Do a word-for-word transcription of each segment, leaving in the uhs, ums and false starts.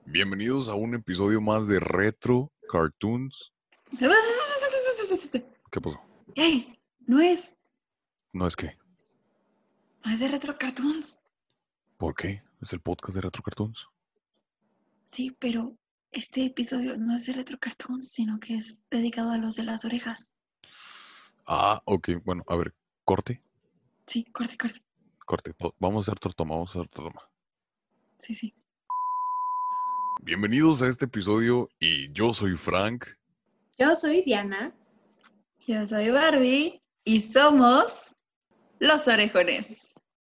Bienvenidos a un episodio más de Retro Cartoons. ¿Qué pasó? ¡Ey! No es, No es que. no es de Retro Cartoons. ¿Por qué? Es el podcast de Retro Cartoons. Sí, pero este episodio no es de Retro Cartoons, sino que es dedicado a los de las orejas. Ah, ok. Bueno, a ver, corte, Sí, corte, corte. corte. to- Vamos a hacer otra toma, vamos a hacer otra toma. Sí, sí. Bienvenidos a este episodio y yo soy Frank. Yo soy Diana. Yo soy Barbie y somos los orejones.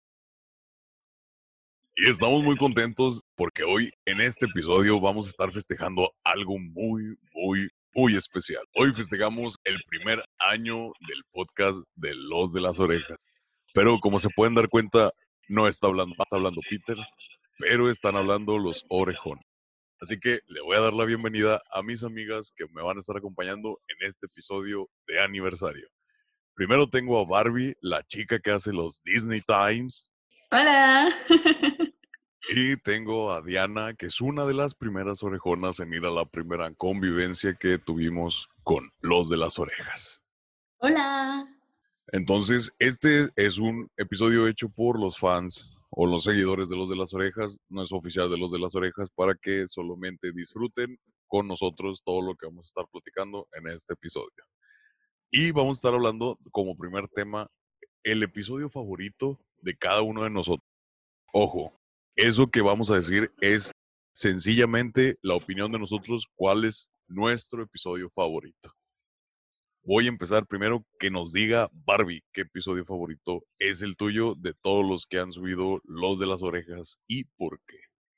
Y estamos muy contentos porque hoy en este episodio vamos a estar festejando algo muy, muy, muy especial. Hoy festejamos el primer año del podcast de Los de las Orejas. Pero como se pueden dar cuenta, no está hablando, está hablando Peter, pero están hablando los orejones. Así que le voy a dar la bienvenida a mis amigas que me van a estar acompañando en este episodio de aniversario. Primero tengo a Barbie, la chica que hace los Disney Times. ¡Hola! Y tengo a Diana, que es una de las primeras orejonas en ir a la primera convivencia que tuvimos con los de las orejas. Hola. Entonces, este es un episodio hecho por los fans o los seguidores de los de las orejas, no es oficial de los de las orejas, para que solamente disfruten con nosotros todo lo que vamos a estar platicando en este episodio. Y vamos a estar hablando como primer tema el episodio favorito de cada uno de nosotros. Ojo, eso que vamos a decir es sencillamente la opinión de nosotros, cuál es nuestro episodio favorito. Voy a empezar primero que nos diga Barbie, qué episodio favorito es el tuyo de todos los que han subido los de las orejas y por qué.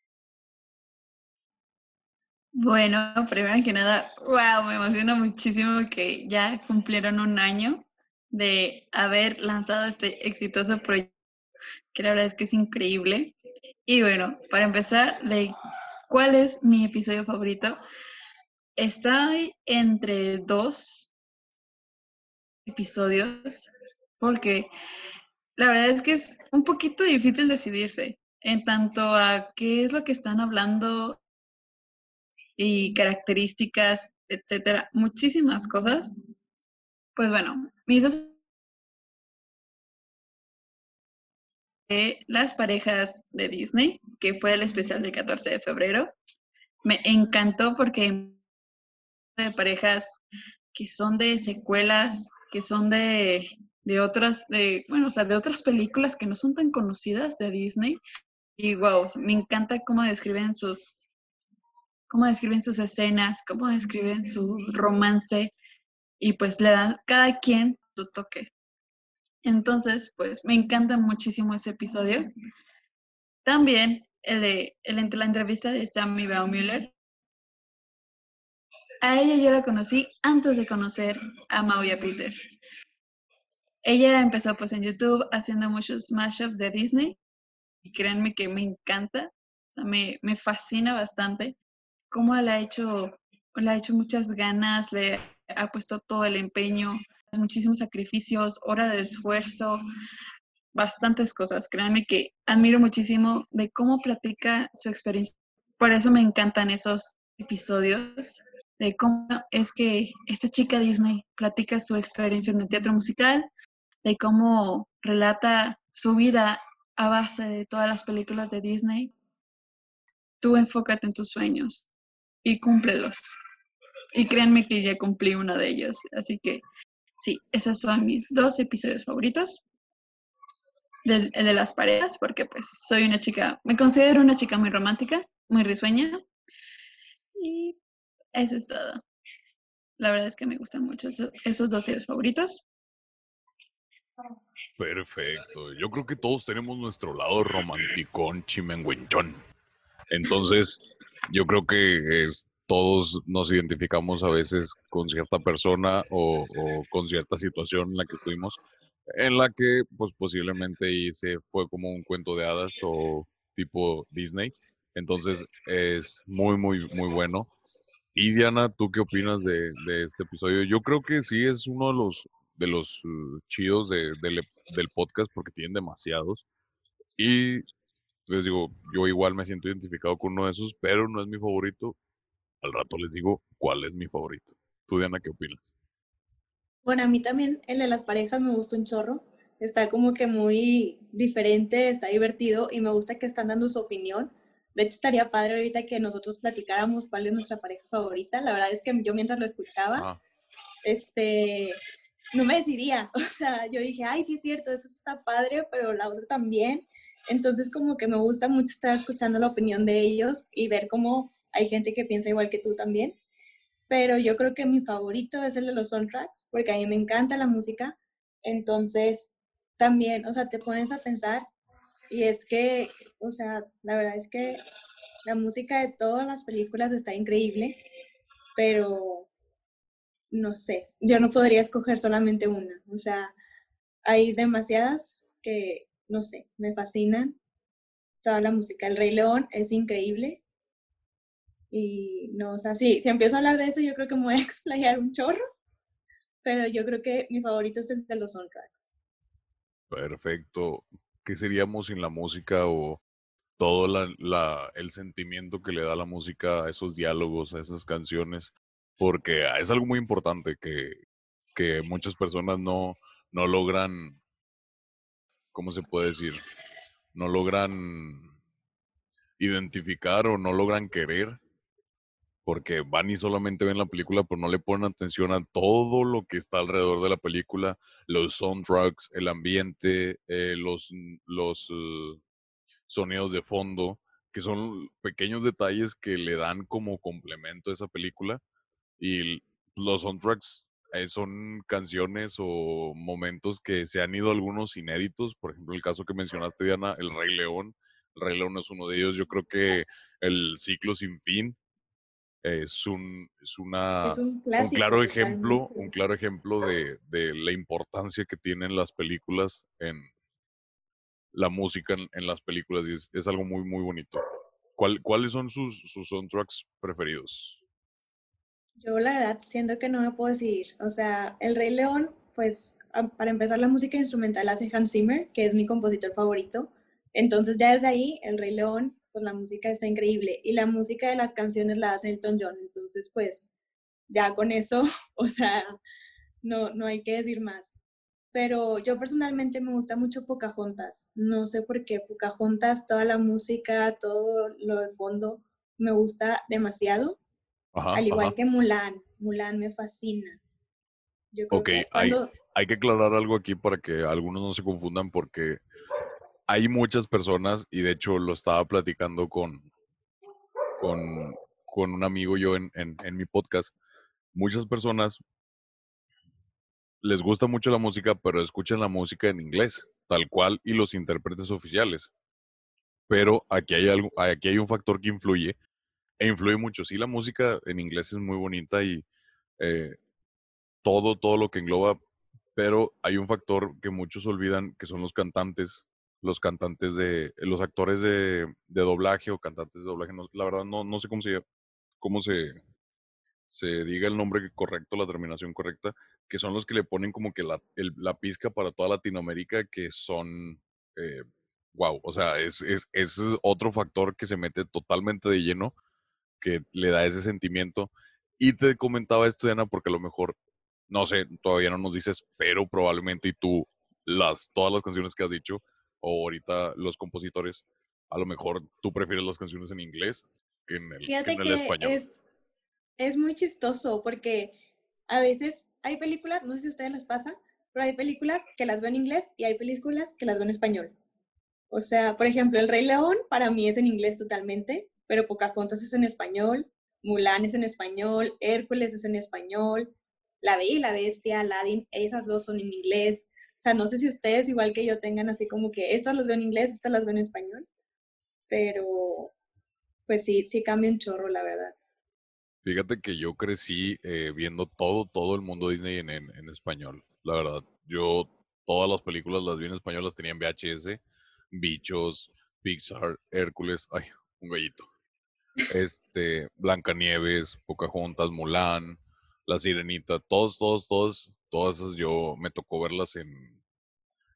Bueno, primero que nada, wow, me emociona muchísimo que ya cumplieron un año de haber lanzado este exitoso proyecto, que la verdad es que es increíble. Y bueno, para empezar, de cuál es mi episodio favorito, estoy entre dos episodios, porque la verdad es que es un poquito difícil decidirse en tanto a qué es lo que están hablando y características, etcétera, muchísimas cosas. Pues bueno, mis dos de las parejas de Disney, que fue el especial del catorce de febrero, me encantó porque de parejas que son de secuelas, que son de, de otras, de, bueno, o sea, de otras películas que no son tan conocidas de Disney. Y wow, me encanta cómo describen sus, cómo describen sus escenas, cómo describen su romance y pues le dan cada quien su toque. Entonces, pues me encanta muchísimo ese episodio. También el de el, entre la entrevista de Sammy Baumüller. A ella yo la conocí antes de conocer a Mau y a Peter. Ella empezó pues en YouTube haciendo muchos mashups de Disney y créanme que me encanta, o sea, me, me fascina bastante cómo le ha hecho, le ha hecho muchas ganas, le ha puesto todo el empeño, muchísimos sacrificios, hora de esfuerzo, bastantes cosas. Créanme que admiro muchísimo de cómo platica su experiencia. Por eso me encantan esos episodios de cómo es que esta chica Disney platica su experiencia en el teatro musical, de cómo relata su vida a base de todas las películas de Disney. Tú enfócate en tus sueños y cúmplelos. Y créanme que ya cumplí uno de ellos. Así que sí, esos son mis dos episodios favoritos. Del, el de las parejas, porque pues soy una chica, me considero una chica muy romántica, muy risueña. Y eso es todo. La verdad es que me gustan mucho esos, esos dos series favoritos. Perfecto. Yo creo que todos tenemos nuestro lado romanticón, chimenguenchón. Entonces, yo creo que es, todos nos identificamos a veces con cierta persona o, o con cierta situación en la que estuvimos, en la que pues posiblemente hice, fue como un cuento de hadas o tipo Disney. Entonces, es muy, muy, muy bueno. Y Diana, ¿tú qué opinas de, de este episodio? Yo creo que sí es uno de los, de los uh, chidos de, del, del podcast porque tienen demasiados. Y Les digo, yo igual me siento identificado con uno de esos, pero no es mi favorito. Al rato les digo cuál es mi favorito. ¿Tú, Diana, qué opinas? Bueno, a mí también el de las parejas me gusta un chorro. Está como que muy diferente, está divertido y me gusta que están dando su opinión. De hecho, estaría padre ahorita que nosotros platicáramos cuál es nuestra pareja favorita. La verdad es que yo mientras lo escuchaba, Ah, este, no me decidía. O sea, yo dije, ay, sí es cierto, eso está padre, pero la otra también. Entonces, como que me gusta mucho estar escuchando la opinión de ellos y ver cómo hay gente que piensa igual que tú también. Pero yo creo que mi favorito es el de los soundtracks, porque a mí me encanta la música. Entonces, también, o sea, te pones a pensar y es que, o sea, la verdad es que la música de todas las películas está increíble, pero no sé, yo no podría escoger solamente una. O sea, hay demasiadas que, no sé, me fascinan. Toda la música. El Rey León es increíble. Y no, o sea, sí, si empiezo a hablar de eso, yo creo que me voy a explayar un chorro, pero yo creo que mi favorito es el de los soundtracks. perfecto. ¿Qué seríamos sin la música o todo la, la- el sentimiento que le da la música a esos diálogos, a esas canciones? Porque es algo muy importante que, que muchas personas no, no logran, ¿cómo se puede decir? No logran identificar o no logran querer, porque van y solamente ven la película, pero no le ponen atención a todo lo que está alrededor de la película, los soundtracks, el ambiente, eh, los, los eh, sonidos de fondo, que son pequeños detalles que le dan como complemento a esa película. Y los soundtracks eh, son canciones o momentos que se han ido algunos inéditos. Por ejemplo, el caso que mencionaste, Diana, El Rey León. El Rey León es uno de ellos. Yo creo que el ciclo sin fin es un, es una, Es un un clásico claro ejemplo, totalmente. un claro ejemplo de, de la importancia que tienen las películas en la música en, en las películas y es, es algo muy, muy bonito. ¿Cuál, ¿Cuáles son sus, sus soundtracks preferidos? Yo la verdad siento que no me puedo decidir. O sea, El Rey León, pues a- para empezar la música instrumental hace Hans Zimmer, que es mi compositor favorito. Entonces ya desde ahí, El Rey León, pues la música está increíble. Y la música de las canciones la hace Elton John. Entonces pues ya con eso, o sea, no, no hay que decir más. Pero yo personalmente me gusta mucho Pocahontas. No sé por qué. Pocahontas, toda la música, todo lo de fondo, me gusta demasiado. Ajá, Al igual ajá. que Mulan. Mulan me fascina. Yo creo Ok, que hay, cuando... hay que aclarar algo aquí para que algunos no se confundan porque hay muchas personas, y de hecho lo estaba platicando con, con, con un amigo yo en, en, en mi podcast, muchas personas les gusta mucho la música, pero escuchan la música en inglés, tal cual, y los intérpretes oficiales. Pero aquí hay algo, aquí hay un factor que influye, e influye mucho. Sí, la música en inglés es muy bonita y eh, todo, todo lo que engloba, pero hay un factor que muchos olvidan, que son los cantantes, los cantantes de, los actores de, de doblaje o cantantes de doblaje. No- la verdad no, no sé cómo se, cómo se, se diga el nombre correcto, la terminación correcta, que son los que le ponen como que la, el- la pizca para toda Latinoamérica, que son, eh, wow, o sea, es, es, es otro factor que se mete totalmente de lleno, que le da ese sentimiento. Y te comentaba esto, Diana, porque a lo mejor, no sé, todavía no nos dices, pero probablemente y tú, las, todas las canciones que has dicho, o ahorita los compositores, a lo mejor tú prefieres las canciones en inglés que en el, que en Fíjate el que español. es, es muy chistoso porque a veces hay películas, no sé si a ustedes les pasa, pero hay películas que las veo en inglés y hay películas que las veo en español. O sea, por ejemplo, El Rey León para mí es en inglés totalmente, pero Pocahontas es en español, Mulan es en español, Hércules es en español, La Bella y la Bestia, Aladdin, esas dos son en inglés. O sea, no sé si ustedes, igual que yo, tengan así como que estas las veo en inglés, estas las veo en español, pero pues sí, sí cambia un chorro, la verdad. Fíjate que yo crecí eh, viendo todo, todo el mundo Disney en, en, en español, la verdad. Yo todas las películas las vi en español, las tenía en V H S, Bichos, Pixar, Hércules, ay, un gallito. Este, Blancanieves, Pocahontas, Mulan, La Sirenita, todos, todos, todos, todas esas yo me tocó verlas en,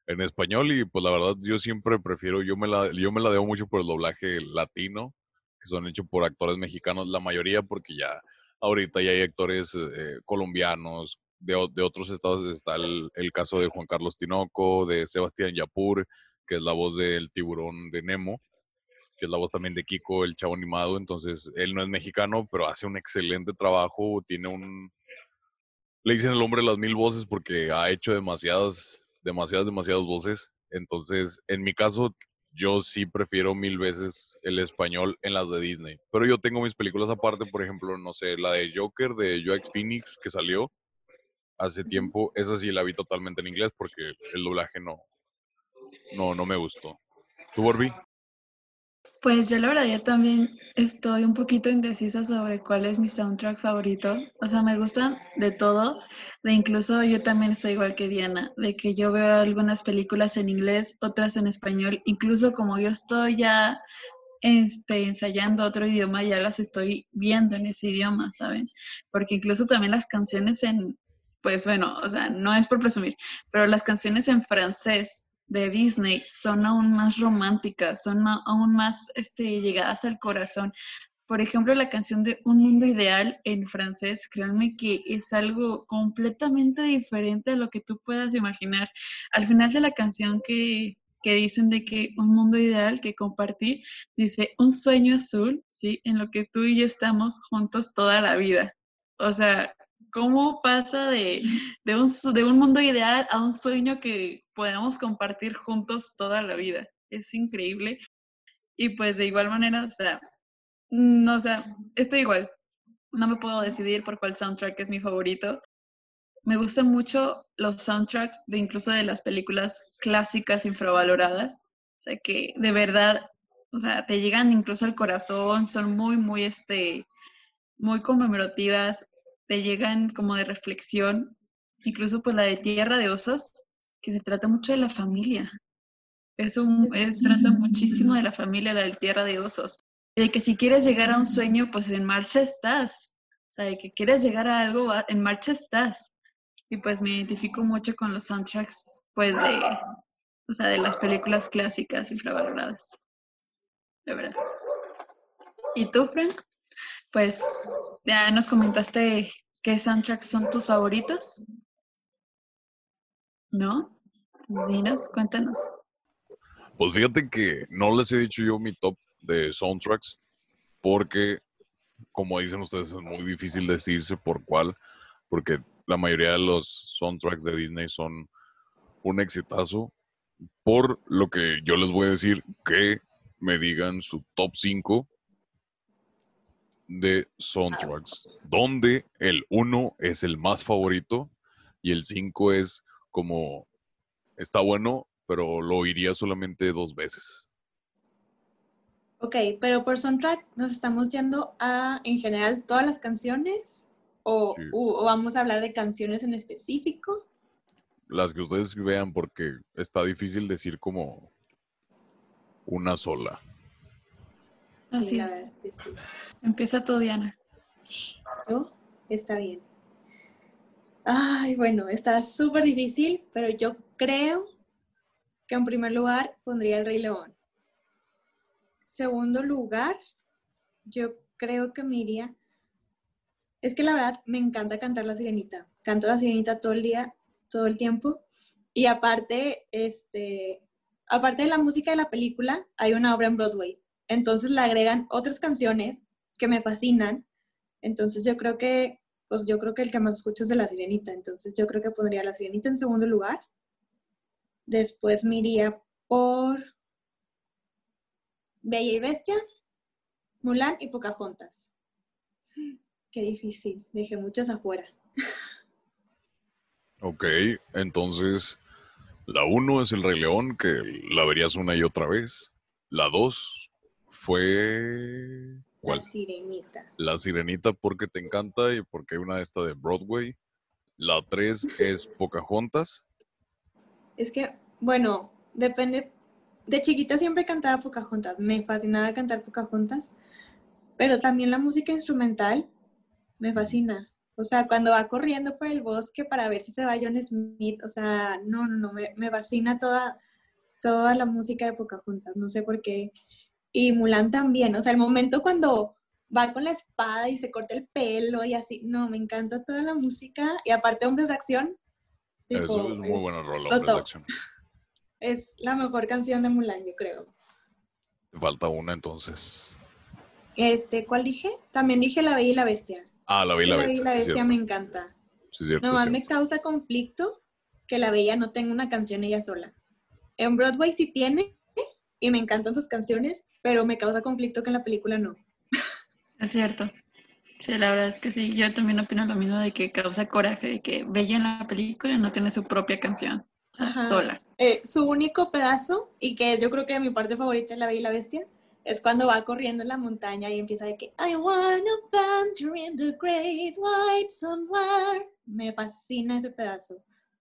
en español y pues la verdad yo siempre prefiero, yo me la, yo me la debo mucho por el doblaje latino, que son hechos por actores mexicanos, la mayoría porque ya ahorita ya hay actores eh, colombianos, de, o- de otros estados está el, el caso de Juan Carlos Tinoco, de Sebastián Yapur, que es la voz del tiburón de Nemo, que es la voz también de Kiko, el chavo animado, entonces él no es mexicano, pero hace un excelente trabajo, tiene un, le dicen el hombre de las mil voces porque ha hecho demasiadas, demasiadas, demasiadas voces. Entonces, en mi caso, yo sí prefiero mil veces el español en las de Disney. Pero yo tengo mis películas aparte, por ejemplo, no sé, la de Joker de Joaquin Phoenix que salió hace Ujú. tiempo, esa sí la vi totalmente en inglés porque el doblaje no, no, no me gustó. ¿Tú, Barbie? Pues yo la verdad ya también estoy un poquito indecisa sobre cuál es mi soundtrack favorito. O sea, me gustan de todo, de incluso yo también estoy igual que Diana, de que yo veo algunas películas en inglés, otras en español, incluso como yo estoy ya este, ensayando otro idioma, ya las estoy viendo en ese idioma, ¿saben? Porque incluso también las canciones en, pues bueno, o sea, no es por presumir, pero las canciones en francés de Disney son aún más románticas, son ma- aún más este, llegadas al corazón. Por ejemplo, la canción de Un Mundo Ideal en francés, créanme que es algo completamente diferente a lo que tú puedas imaginar. Al final de la canción que, que dicen de que un mundo ideal que compartir, dice un sueño azul, ¿sí? En lo que tú y yo estamos juntos toda la vida. O sea, ¿cómo pasa de, de un, su- de un mundo ideal a un sueño que podemos compartir juntos toda la vida? Es increíble. Y pues de igual manera, o sea, no, o sea, estoy igual. No me puedo decidir por cuál soundtrack es mi favorito. Me gustan mucho los soundtracks de incluso de las películas clásicas infravaloradas. O sea, que de verdad, o sea, te llegan incluso al corazón, son muy, muy, este, muy conmemorativas, te llegan como de reflexión. Incluso pues la de Tierra de Osos, que se trata mucho de la familia. Es un, es, trata muchísimo de la familia, la del Tierra de Osos. De que si quieres llegar a un sueño, pues en marcha estás. O sea, de que quieres llegar a algo, va- en marcha estás. Y pues me identifico mucho con los soundtracks, pues de, o sea, de las películas clásicas infravaloradas, de verdad. ¿Y tú, Frank? Pues ya nos comentaste qué soundtracks son tus favoritos, ¿no? Pues dinos, cuéntanos. Pues fíjate que no les he dicho yo mi top de soundtracks porque, como dicen ustedes, es muy difícil decidirse por cuál, porque la mayoría de los soundtracks de Disney son un exitazo. Por lo que yo les voy a decir que me digan su top cinco de soundtracks, donde el uno es el más favorito y el cinco es como está bueno, pero lo oiría solamente dos veces. Ok, pero por soundtracks nos estamos yendo a, en general, todas las canciones o, Sí. u- o vamos a hablar de canciones en específico. Las que ustedes vean, porque está difícil decir como una sola. Sí, Así la verdad es. es que sí. Empieza tú, Diana. Yo, está bien. Ay, bueno, está súper difícil, pero yo creo que en primer lugar pondría El Rey León. Segundo lugar, yo creo que me iría. Es que la verdad me encanta cantar La Sirenita. Canto La Sirenita todo el día, todo el tiempo. Y aparte, este, aparte de la música de la película, hay una obra en Broadway. Entonces le agregan otras canciones que me fascinan. Entonces yo creo que, pues yo creo que el que más escucho es de La Sirenita. Entonces yo creo que pondría La Sirenita en segundo lugar. Después me iría por Bella y Bestia, Mulan y Pocahontas. Qué difícil, dejé muchas afuera. Ok, entonces la uno es el Rey León, que la verías una y otra vez. La dos fue... La ¿Cuál? Sirenita. La Sirenita porque te encanta y porque hay una esta de Broadway. La tres es Pocahontas. Es que, bueno, depende. De chiquita siempre cantaba Pocahontas. Me fascinaba cantar Pocahontas. Pero también la música instrumental me Ujú. fascina. O sea, cuando va corriendo por el bosque para ver si se va John Smith, o sea, no, no, no, me, me fascina toda, toda la música de Pocahontas, no sé por qué. Y Mulan también, o sea, el momento cuando va con la espada y se corta el pelo y así, no, me encanta toda la música. Y aparte Hombres de Acción, Eso tipo, es muy es buena rola, lo Hombres de top. Acción. Es la mejor canción de Mulan, yo creo. Te falta una entonces. Este, ¿cuál dije? También dije La Bella y la Bestia. Ah, La Es Bella y que la La Bella y Bestia, la sí es Bestia cierto. me encanta. Sí es cierto, es Nomás me cierto. causa conflicto que La Bella no tenga una canción ella sola. En Broadway sí tiene, y me encantan sus canciones, pero me causa conflicto que en la película no. Es cierto. Sí, la verdad es que sí. Yo también opino lo mismo de que causa coraje de que Bella en la película no tiene su propia canción. O sea, Ajá. sola. Eh, su único pedazo, y que yo creo que mi parte favorita de La Bella y la Bestia, es cuando va corriendo en la montaña y empieza de que I wanna venture in the great white somewhere. Me fascina ese pedazo.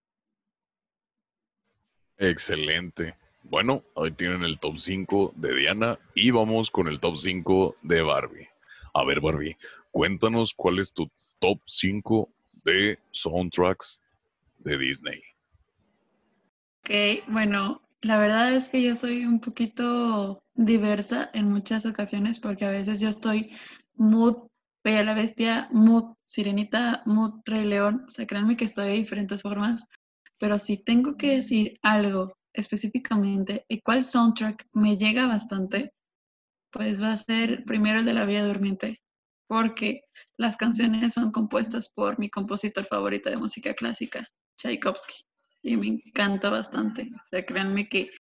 Excelente. Bueno, hoy tienen el top cinco de Diana y vamos con el top cinco de Barbie. A ver, Barbie, cuéntanos cuál es tu top cinco de soundtracks de Disney. Ok, bueno, la verdad es que yo soy un poquito diversa en muchas ocasiones porque a veces yo estoy mood Bella la Bestia, mood Sirenita, mood Rey León. O sea, créanme que estoy de diferentes formas, pero si tengo que decir algo específicamente y cuál soundtrack me llega bastante, pues va a ser primero el de La Bella Durmiente, porque las canciones son compuestas por mi compositor favorito de música clásica, Tchaikovsky, y me encanta bastante. O sea, créanme que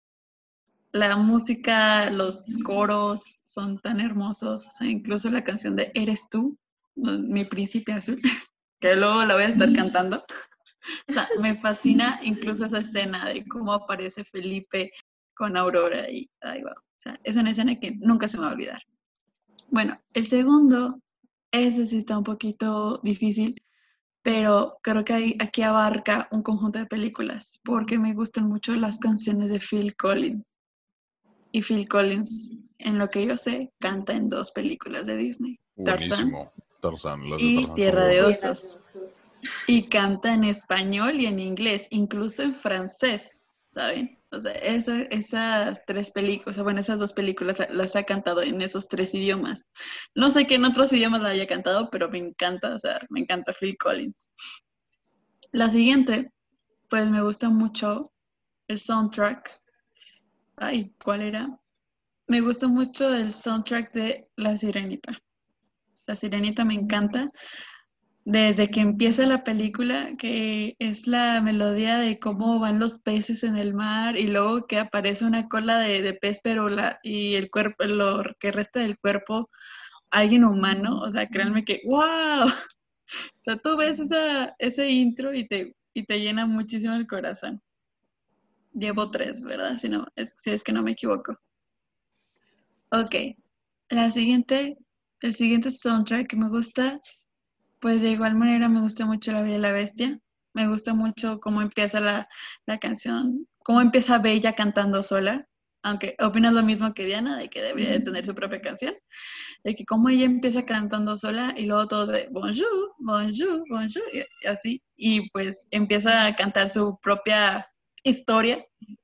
la música, los coros son tan hermosos, o sea, incluso la canción de Eres tú, mi príncipe azul, que luego la voy a estar cantando. O sea, me fascina incluso esa escena de cómo aparece Felipe con Aurora y, ay, wow. O sea, es una escena que nunca se me va a olvidar. Bueno, el segundo, ese sí está un poquito difícil, pero creo que ahí- aquí abarca un conjunto de películas, porque me gustan mucho las canciones de Phil Collins. Y Phil Collins, en lo que yo sé, canta en dos películas de Disney, Tarzán Buenísimo. Tarzán, las de y Tarzán son Tierra muy de buenas. Tierra de Osos. Ojos. Y canta en español y en inglés, incluso en francés, ¿saben? O sea, esa- esas tres películas, o sea, bueno, esas dos películas las ha cantado en esos tres idiomas. No sé qué en otros idiomas la haya cantado, pero me encanta, o sea, me encanta Phil Collins. La siguiente, pues me gusta mucho el soundtrack. Ay, ¿cuál era? Me gusta mucho el soundtrack de La Sirenita. La Sirenita me encanta. Desde que empieza la película, que es la melodía de cómo van los peces en el mar y luego que aparece una cola de, de pez, pero la, y el cuerpo, lo que resta del cuerpo, alguien humano, o sea, créanme que, ¡wow! O sea, tú ves esa, ese intro y te, y te llena muchísimo el corazón. Llevo tres, ¿verdad? Si, no, es, si es que no me equivoco. Ok, la siguiente, el siguiente soundtrack que me gusta, pues de igual manera me gusta mucho La Bella y la Bestia. Me gusta mucho cómo empieza la, la canción, cómo empieza Bella cantando sola, aunque opinas lo mismo que Diana, de que debería de tener su propia canción, de que como ella empieza cantando sola y luego todo de bonjour, bonjour, bonjour, y, y así, y pues empieza a cantar su propia historia.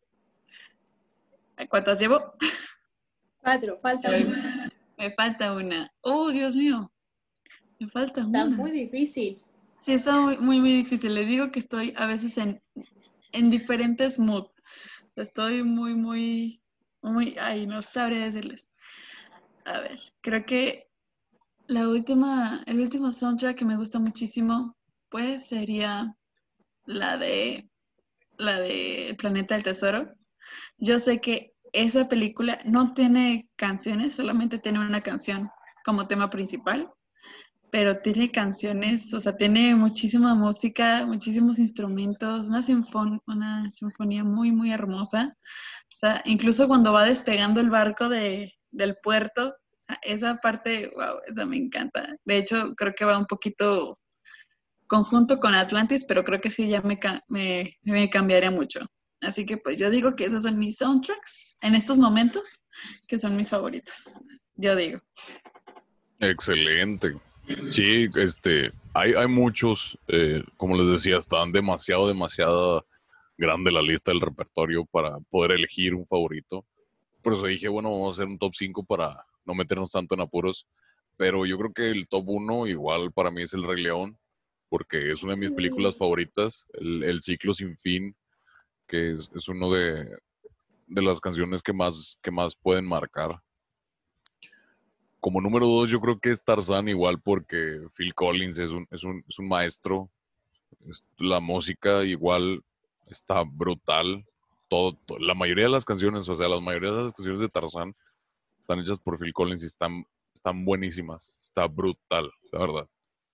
¿Cuántas llevo? Cuatro, falta Ay, una. me falta una. Oh, Dios mío, me falta Está una. muy difícil. Sí, está muy, muy, muy difícil. Les digo que estoy a veces en, en diferentes moods. Estoy muy, muy, muy, ay, no sabré decirles. A ver, creo que la última, el último soundtrack que me gusta muchísimo, pues sería la de, la de El Planeta del Tesoro. Yo sé que esa película no tiene canciones, solamente tiene una canción como tema principal, pero tiene canciones, o sea, tiene muchísima música, muchísimos instrumentos, una, sinfon una sinfonía muy, muy hermosa. O sea, incluso cuando va despegando el barco de, del puerto, o sea, esa parte, wow, esa me encanta. De hecho, creo que va un poquito conjunto con Atlantis, pero creo que sí ya me, me, me cambiaría mucho. Así que pues yo digo que esos son mis soundtracks en estos momentos, que son mis favoritos. Yo digo. Excelente. Sí, este, hay, hay muchos, eh, como les decía, están demasiado, demasiado grande la lista del repertorio para poder elegir un favorito. Por eso dije, bueno, vamos a hacer un top cinco para no meternos tanto en apuros. Pero yo creo que el top uno igual para mí es El Rey León, porque es una de mis películas favoritas, El, el Ciclo Sin Fin, que es, es uno de, de las canciones que más, que más pueden marcar. Como número dos, yo creo que es Tarzán, igual porque Phil Collins es un, es un, es un maestro. Es- la música igual está brutal. Todo, to- la mayoría de las canciones, o sea, la mayoría de las canciones de Tarzán están hechas por Phil Collins y están, están buenísimas. Está brutal, la verdad.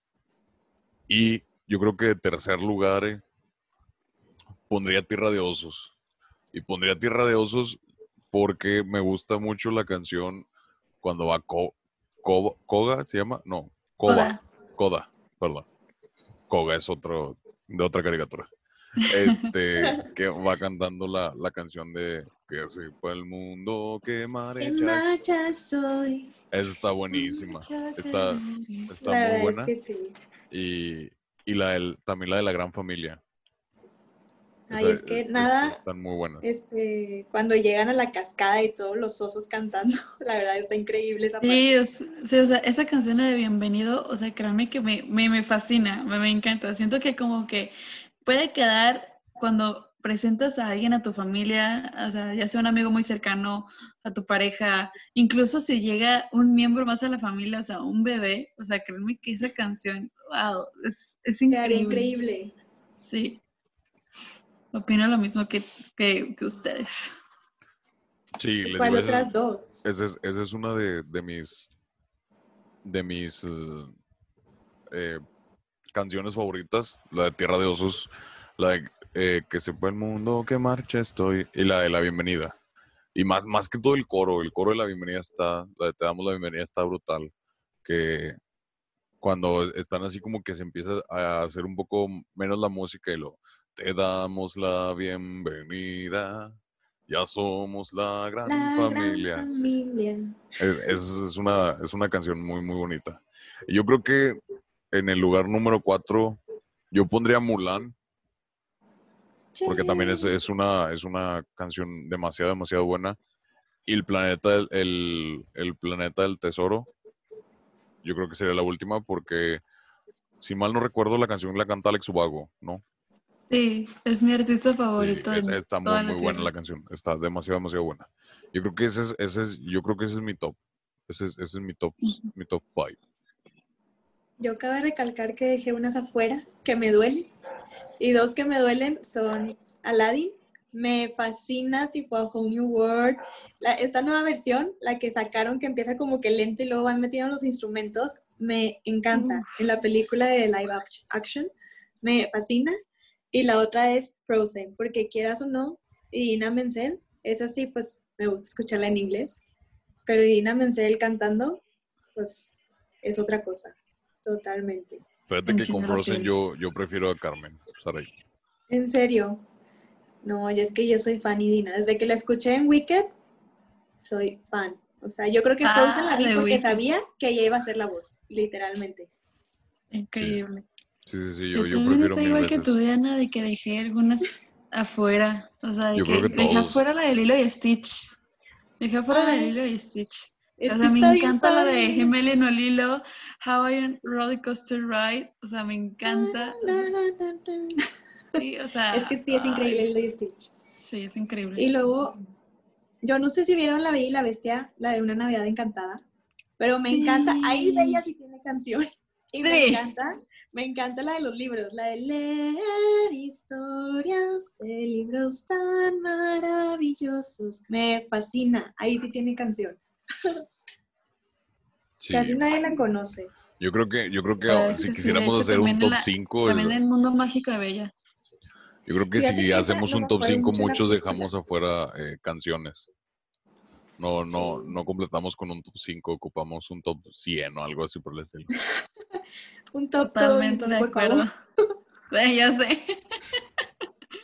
Y yo creo que de tercer lugar eh, pondría Tierra de Osos. Y pondría Tierra de Osos porque me gusta mucho la canción cuando va Co- Co- Koga, ¿se llama? No, Koba. Toda. Koda, perdón. Koga es otro, de otra caricatura. Este, que va cantando la, la canción de Que se fue el mundo, que ¿Qué marcha. es- marcha soy? Esa está buenísima. Está, está La muy verdad es buena. que sí. Y, y la del, también la de La Gran Familia. Ay, Esa, es es- que es- nada, están muy buenas. este, cuando llegan a la cascada y todos los osos cantando, la verdad está increíble esa Sí, parte. o s- sí, o sea, esa canción de Bienvenido, o sea, créanme que me, me, me fascina, me, me encanta. Siento que como que puede quedar cuando presentas a alguien a tu familia, o sea, ya sea un amigo muy cercano, a tu pareja, incluso si llega un miembro más a la familia, o sea, un bebé, o sea, créanme que esa canción, wow, es, es Quedaría increíble. increíble. Sí, opino lo mismo que, que, que ustedes. Sí, ¿Y les digo, cuál esa es, otras dos? esa es, esa es una de, de mis, de mis eh, eh, canciones favoritas, la de Tierra de Osos, la de eh, Que se fue el mundo, que marcha estoy, y la de La Bienvenida. Y más, más que todo el coro, el coro de La Bienvenida está, la de Te damos la bienvenida está brutal, que cuando están así como que se empieza a hacer un poco menos la música y lo, te damos la bienvenida, ya somos la gran La gran familia. Sí. familia. Es, es- es una, es una canción muy, muy bonita. Y yo creo que en el lugar número cuatro, yo pondría Mulan, porque también es, Che. es una, es una canción demasiado, demasiado buena. Y el planeta, del- el, el planeta del tesoro, yo creo que sería la última, porque si mal no recuerdo, la canción la canta Alex Ubago, ¿no? Sí, es mi artista Sí, favorito esa en está muy, toda la muy buena tierra. la canción. Está demasiado, demasiado buena. Yo creo que ese es, ese es, yo creo que ese es mi top. Ese es, ese es mi top, Ujú. mi top five. Yo acabo de recalcar que dejé unas afuera que me duelen. Y dos que me duelen son Aladdin. Me fascina, tipo A Whole New World. La- esta nueva versión, la que sacaron, que empieza como que lento y luego van metiendo los instrumentos, me encanta. En la película de live act- action, me fascina. Y la otra es Frozen, porque quieras o no, Idina Menzel, es así, pues me gusta escucharla en inglés, pero Idina Menzel cantando, pues es otra cosa, totalmente. Fíjate que con Enchina la Frozen piel. yo, yo prefiero a Carmen Saray. En serio. No, y es que yo soy fan y Dina. Desde que la escuché en Wicked, soy fan. O sea, yo creo que Frozen la Ah, vi de porque Wicked. sabía que ella iba a ser la voz, literalmente. Sí, Increíble. sí, sí, sí, yo, Yo yo también prefiero estoy mil igual que tú, veces. Diana, de que dejé algunas afuera. O sea, de Yo creo que que dejé todos. afuera la de Lilo y Stitch. Dejé afuera la de Ay, Lilo y Stitch. es O que sea, me está bien encanta la padre. de Gemelli no Lilo, Hawaiian Roller Coaster Ride. O sea, me encanta. O sea, sí, o Es que sea, sí, es increíble ay, el de Stitch. sí, es increíble. Y luego, yo no sé si vieron La Bella y la Bestia, la de Una Navidad Encantada, pero me encanta. Ahí Bella Sí, sí tiene canción. Y me sí. encanta, me encanta la de los libros, la de leer historias de libros tan maravillosos. Me fascina. Ahí sí tiene canción. Sí, Casi nadie la conoce. yo creo que, yo creo que La verdad ah, es si que sí. De quisiéramos hecho, hacer un también en top la, cinco, también en el mundo mágico de Bella. yo creo que Fíjate si que esa hacemos no un me top acuerdo cinco, mucho de la muchos película. dejamos afuera eh, canciones. No, no, Sí. no completamos con un top cinco, ocupamos un top cien o algo así por el estilo. Un top todo Totalmente Disney, de por favor. acuerdo. Sí, ya sé.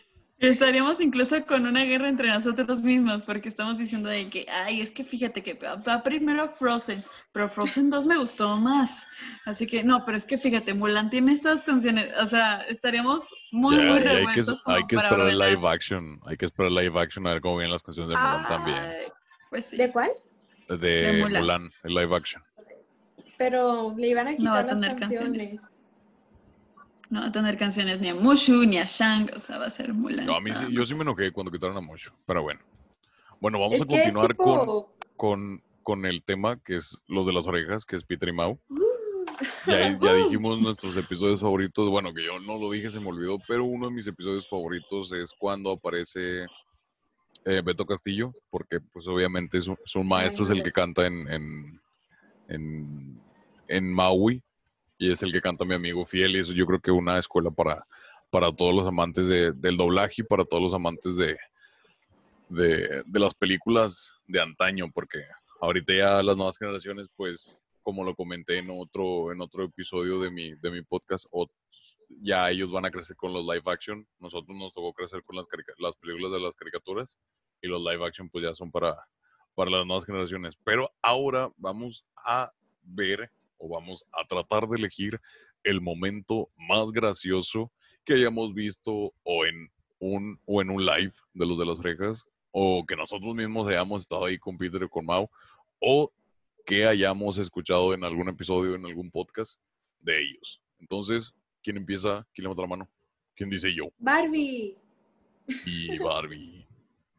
Estaríamos incluso con una guerra entre nosotros mismos, porque estamos diciendo de que, ay, es que fíjate que va, va primero Frozen, pero Frozen dos me gustó más. Así que, no, pero es que fíjate, Mulan tiene estas canciones, o sea, estaríamos muy, Ya, muy y hay que, revueltos hay como que para esperar el ordenar. live action. Hay que esperar el live action a ver cómo vienen las canciones de Mulan también. Ay, pues sí, ¿De cuál? de De Mulan. Mulan, el live action. Pero le iban a No va a quitar las tener canciones. canciones. No va a tener canciones ni a Mushu, ni a Shang, o sea, va a ser Mulan. No, a mí nada sí, yo sí me más. enojé cuando quitaron a Mushu, pero bueno. Bueno, vamos Es a que es continuar con, tipo... con, con el tema que es los de las orejas, que es Peter y Mau. Uh, Ya, ya uh. dijimos nuestros episodios favoritos. Bueno, que yo no lo dije, se me olvidó, pero uno de mis episodios favoritos es cuando aparece eh, Beto Castillo, porque pues obviamente es un, es un maestro, es el que canta en, en, en, en Maui y es el que canta mi amigo Fiel, y eso yo creo que una escuela para, para todos los amantes de, del doblaje y para todos los amantes de, de, de las películas de antaño, porque ahorita ya las nuevas generaciones, pues, como lo comenté en otro, en otro episodio de mi, de mi podcast, o ya ellos van a crecer con los live action. Nosotros nos tocó crecer con las, carica- las películas de las caricaturas y los live action pues ya son para, para las nuevas generaciones. Pero ahora vamos a ver o vamos a tratar de elegir el momento más gracioso que hayamos visto o en un, o en un live de los de las orejas, o que nosotros mismos hayamos estado ahí con Peter o con Mau, o que hayamos escuchado en algún episodio, en algún podcast de ellos. Entonces, ¿quién empieza? ¿Quién levanta la mano? ¿Quién dice yo? Barbie. Y Barbie.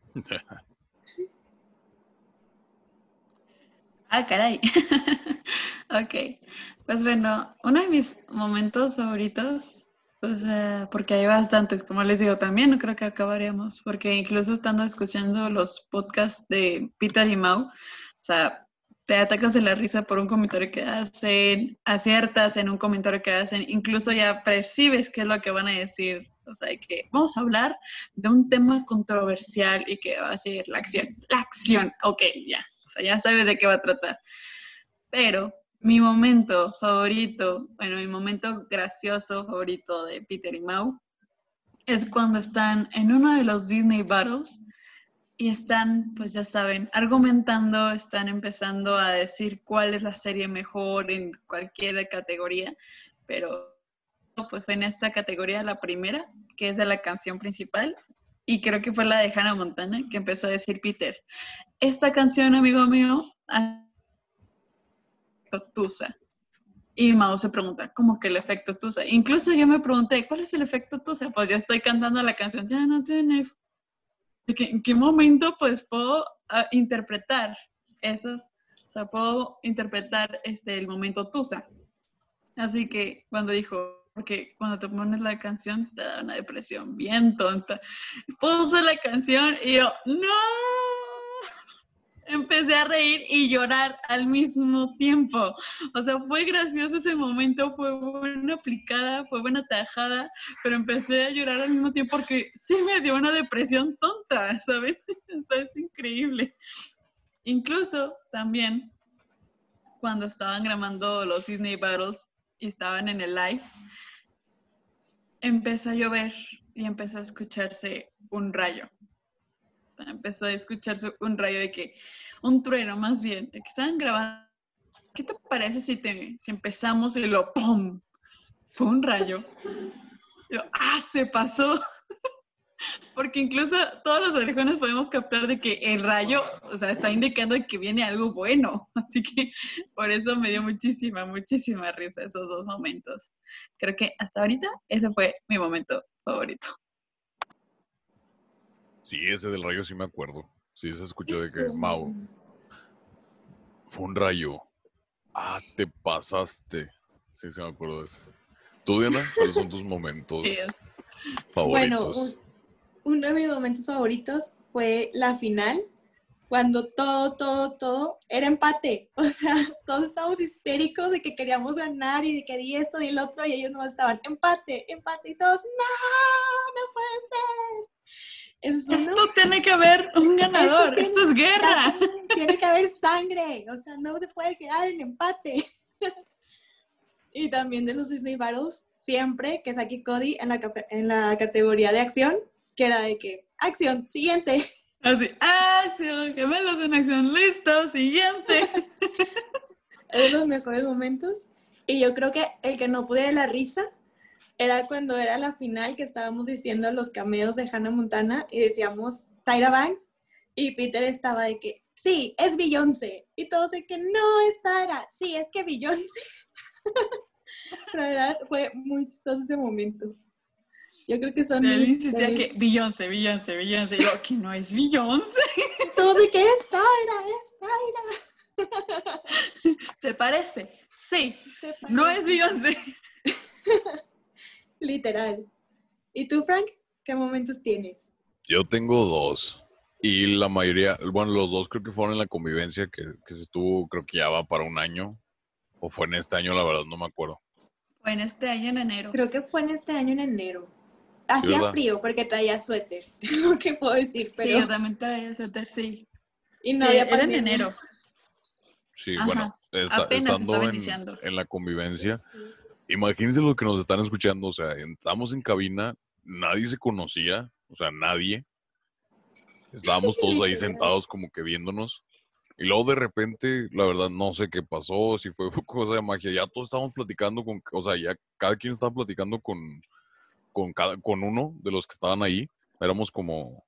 Ah, caray. Ok. Pues bueno, uno de mis momentos favoritos, o sea, porque hay bastantes, como les digo, también no creo que acabaríamos, porque incluso estando escuchando los podcasts de Peter y Mau, o sea, te atacas de la risa por un comentario que hacen, aciertas en un comentario que hacen, incluso ya percibes qué es lo que van a decir. O sea, que vamos a hablar de un tema controversial y que va a ser la acción. La acción, ok, ya. O sea, ya sabes de qué va a tratar. Pero mi momento favorito, bueno, mi momento gracioso favorito de Peter y Mau es cuando están en uno de los Disney Battles y están, pues ya saben, argumentando, están empezando a decir cuál es la serie mejor en cualquier categoría, pero pues fue en esta categoría la primera, que es de la canción principal, y creo que fue la de Hannah Montana, que empezó a decir Peter, esta canción, amigo mío, Tusa. Y Mao se pregunta, ¿cómo que el efecto Tusa? Incluso yo me pregunté, ¿cuál es el efecto Tusa? Pues yo estoy cantando la canción, ya no tienes. ¿En qué momento pues puedo uh, interpretar eso? O sea, puedo interpretar este, el momento Tusa. Así que cuando dijo, porque cuando te pones la canción te da una depresión bien tonta. Puse la canción y yo, ¡no! Empecé a reír y llorar al mismo tiempo. O sea, fue gracioso ese momento, fue buena aplicada, fue buena tajada, pero empecé a llorar al mismo tiempo porque sí me dio una depresión tonta, ¿sabes? O sea, es increíble. Incluso también cuando estaban grabando los Disney Battles y estaban en el live, empezó a llover y empezó a escucharse un rayo. Empezó a escucharse un rayo de que, un trueno más bien, de que estaban grabando. ¿Qué te parece si, te, si empezamos y lo ¡pum! Fue un rayo. Y yo, ¡ah! Se pasó. Porque incluso todos los orejones podemos captar de que el rayo, o sea, está indicando que viene algo bueno. Así que por eso me dio muchísima, muchísima risa esos dos momentos. Creo que hasta ahorita ese fue mi momento favorito. Sí, ese del rayo sí me acuerdo. Sí, se escuchó de que, Mau, fue un rayo. Ah, te pasaste. Sí, sí me acuerdo de eso. ¿Tú, Diana? ¿Cuáles son tus momentos Sí. Bueno, un, favoritos? uno de mis momentos favoritos fue la final, cuando todo, todo, todo era empate. O sea, todos estábamos histéricos de que queríamos ganar y de que di esto y el otro, y ellos no estaban empate, empate, y todos, no, no puede ser. Eso es uno. Esto tiene que haber un ganador, Esto, esto es guerra. Tiene que haber sangre, o sea, no se puede quedar en empate. Y también de los Disney Battles, siempre que Saki Cody en la, en la categoría de acción, que era de que, acción, siguiente. Así, acción, gemelos en acción, listo, siguiente. Eran los mejores momentos. Y yo creo que el que no pude de la risa era cuando era la final que estábamos diciendo los cameos de Hannah Montana y decíamos Tyra Banks y Peter estaba de que, sí, es Beyoncé. Y todos de que, no, es Tyra. Sí, es que Beyoncé. La verdad, fue muy chistoso ese momento. Yo creo que son Él mis... insistía mis... que Beyoncé, Beyoncé, Beyoncé. Y yo, que no es Beyoncé. Todos de que es Tyra, es Tyra. ¿Se parece? Sí. Se No es parece. Beyoncé. Literal. ¿Y tú, Frank? ¿Qué momentos tienes? Yo tengo dos. Y la mayoría, bueno, los dos creo que fueron en la convivencia que, que se estuvo, creo que ya va para un año. O fue en este año, la verdad, no me acuerdo. Fue en este año, en enero. Creo que fue en este año en enero. Sí, Hacía ¿verdad? frío porque traía suéter, es lo que puedo decir, Sí, pero... yo también traía suéter, sí. y no Sí, había era en pandemia. enero. Sí, Ajá, bueno, está, apenas estaba estando en, iniciando. en la convivencia, Sí. imagínense lo que nos están escuchando. O sea, estamos en cabina, nadie se conocía, o sea, nadie. Estábamos todos ahí Literal. sentados como que viéndonos. Y luego de repente, la verdad, no sé qué pasó, si fue cosa de magia. Ya todos estábamos platicando con, o sea, ya cada quien estaba platicando con, con, cada, con uno de los que estaban ahí. Éramos como,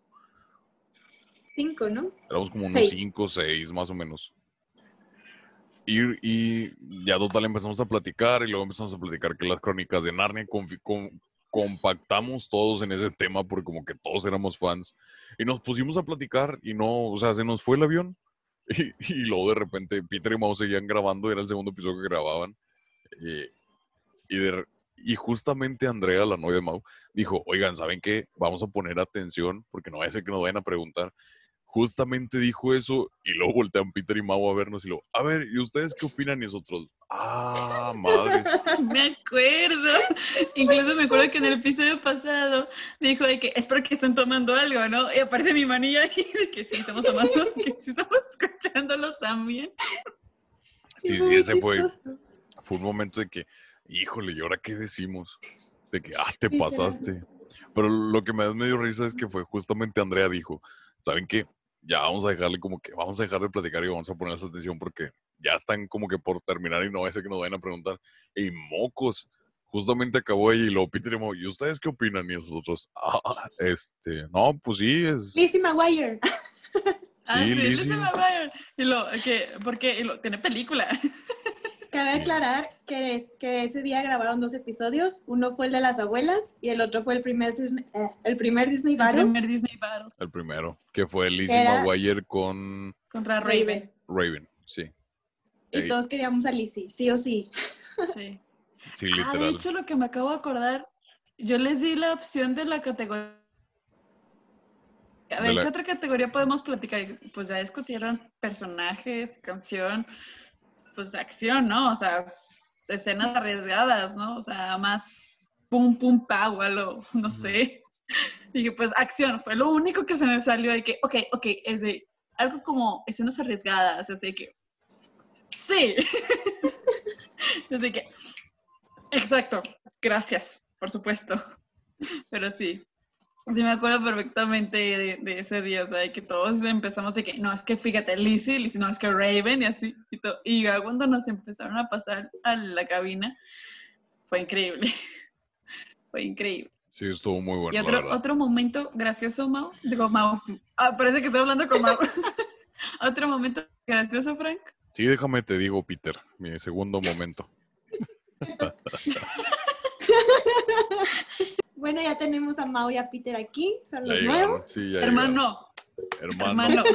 Cinco, ¿no? éramos como unos Seis. cinco, seis, más o menos. Y, y ya total empezamos a platicar y luego empezamos a platicar que las crónicas de Narnia confi- con- compactamos todos en ese tema porque como que todos éramos fans y nos pusimos a platicar y no, o sea, se nos fue el avión y, y luego de repente Peter y Mau seguían grabando, era el segundo episodio que grababan y, y, de- y justamente Andrea, la novia de Mau, dijo, oigan, ¿saben qué? Vamos a poner atención porque no vaya a ser que nos vayan a preguntar. Justamente dijo eso y luego voltean Peter y Mau a vernos y luego, a ver, ¿y ustedes qué opinan? Y nosotros, ah, madres. Me acuerdo. Incluso me acuerdo que en el episodio pasado dijo de que espero que estén tomando algo, ¿no? Y aparece mi manilla ahí de que sí estamos tomando, que sí estamos escuchándolos también. Sí, Fue sí, muy ese fue, chistoso. fue un momento de que, híjole, ¿y ahora qué decimos? De que, ah, te Literal. pasaste. Pero lo que me da medio risa es que fue justamente Andrea dijo, ¿saben qué? Ya vamos a dejarle como que, vamos a dejar de platicar y vamos a poner esa atención porque ya están como que por terminar y no va a ser que nos vayan a preguntar. Y mocos, justamente acabó ella y luego Peter y Mo, ¿y ustedes qué opinan? Y nosotros, ah, este, no, pues sí, es, Lizzie McGuire. Ah, sí, sí, Lizzie Lizzie. McGuire. Y lo, que, porque y lo, tiene película. Cabe Sí. aclarar que, es, que ese día grabaron dos episodios. Uno fue el de las abuelas y el otro fue el primer, Disney- eh, el primer Disney El Battle. primer Disney Battle El primero, que fue Que Lizzie era McGuire con contra Raven. Raven. Raven, sí. Y Ey, todos queríamos a Lizzie, sí o sí. Sí. sí, Ah, de literal. hecho, lo que me acabo de acordar, yo les di la opción de la categoría. A De ver, la, ¿qué otra categoría podemos platicar? Pues ya discutieron personajes, canción, pues acción, ¿no? O sea, s- escenas arriesgadas, ¿no? O sea, más pum, pum, pow, algo, no Ujú. sé. Dije, pues acción, fue lo único que se me salió de que, ok, ok, es de algo como escenas arriesgadas, así que, sí. Así que, exacto, gracias, por supuesto. Pero sí, sí me acuerdo perfectamente de, de ese día, o sea, de que todos empezamos de que, no, es que fíjate, Lizzie, Lizzie, no, es que Raven, y así, y, todo. Y ya cuando nos empezaron a pasar a la cabina, fue increíble, fue increíble. Sí, estuvo muy Y bueno, la otro, verdad. otro momento gracioso, Mau, digo, Mau, ah, parece que estoy hablando con Mau. Otro momento gracioso, Frank. Sí, déjame te digo, Peter, mi segundo momento. Bueno, ya tenemos a Mao y a Peter aquí, son Ya los llegaron, nuevos. sí, ya llegaron. Hermano, Hermano. hermano.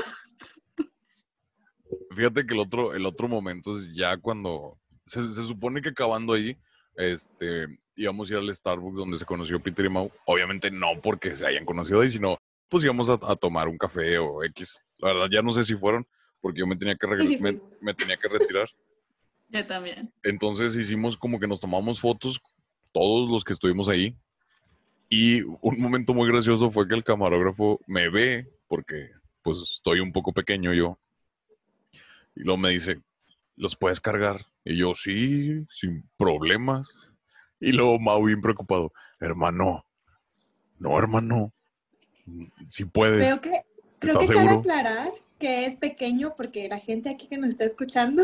Fíjate que el otro, el otro momento es ya cuando se, se supone que acabando ahí, este, íbamos a ir al Starbucks donde se conoció Peter y Mau. Obviamente no porque se hayan conocido ahí, sino pues íbamos a, a tomar un café o X. La verdad ya no sé si fueron porque yo me tenía que, Sí, regre- sí me, fuimos. me tenía que retirar. Yo también. Entonces hicimos como que nos tomamos fotos todos los que estuvimos ahí. Y un momento muy gracioso fue que el camarógrafo me ve porque pues estoy un poco pequeño yo. Y luego me dice, ¿los puedes cargar? Y yo, sí, sin problemas. Y luego Mau bien preocupado, hermano, no, hermano, Si puedes. Creo que, creo ¿Estás que cabe seguro? aclarar que es pequeño porque la gente aquí que nos está escuchando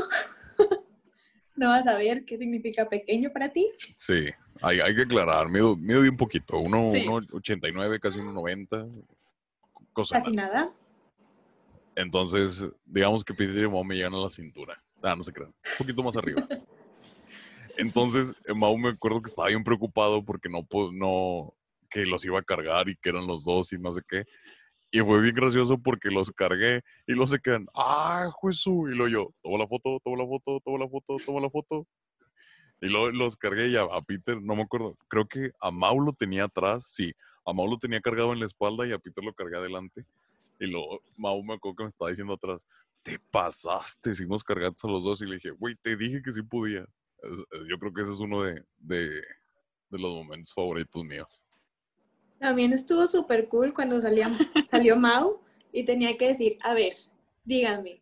no va a saber qué significa pequeño para ti. Sí, hay, hay que aclarar. Mido, mido bien poquito. Uno, Sí. uno ochenta y nueve, casi uno noventa. Cosa Casi nada. nada. Entonces, digamos que Peter y Mau me llegan a la cintura. Ah, no se crean. Un poquito más arriba. Entonces, eh, Mau me acuerdo que estaba bien preocupado porque no, po- no, que los iba a cargar y que eran los dos y no sé qué. Y fue bien gracioso porque los cargué y los se quedan, ¡ah, Jesús! Y luego yo, tomo la foto, tomo la foto, tomo la foto, tomo la foto. Y luego los cargué y a, a Peter, no me acuerdo, creo que a Mau lo tenía atrás, sí, a Mau lo tenía cargado en la espalda y a Peter lo cargué adelante. Y luego Mau me acuerdo que me estaba diciendo atrás, te pasaste si nos cargaste a los dos. Y le dije, güey, te dije que sí podía. Es- Yo creo que ese es uno de, de, de los momentos favoritos míos. También estuvo súper cool cuando salía, salió Mau y tenía que decir, a ver, díganme,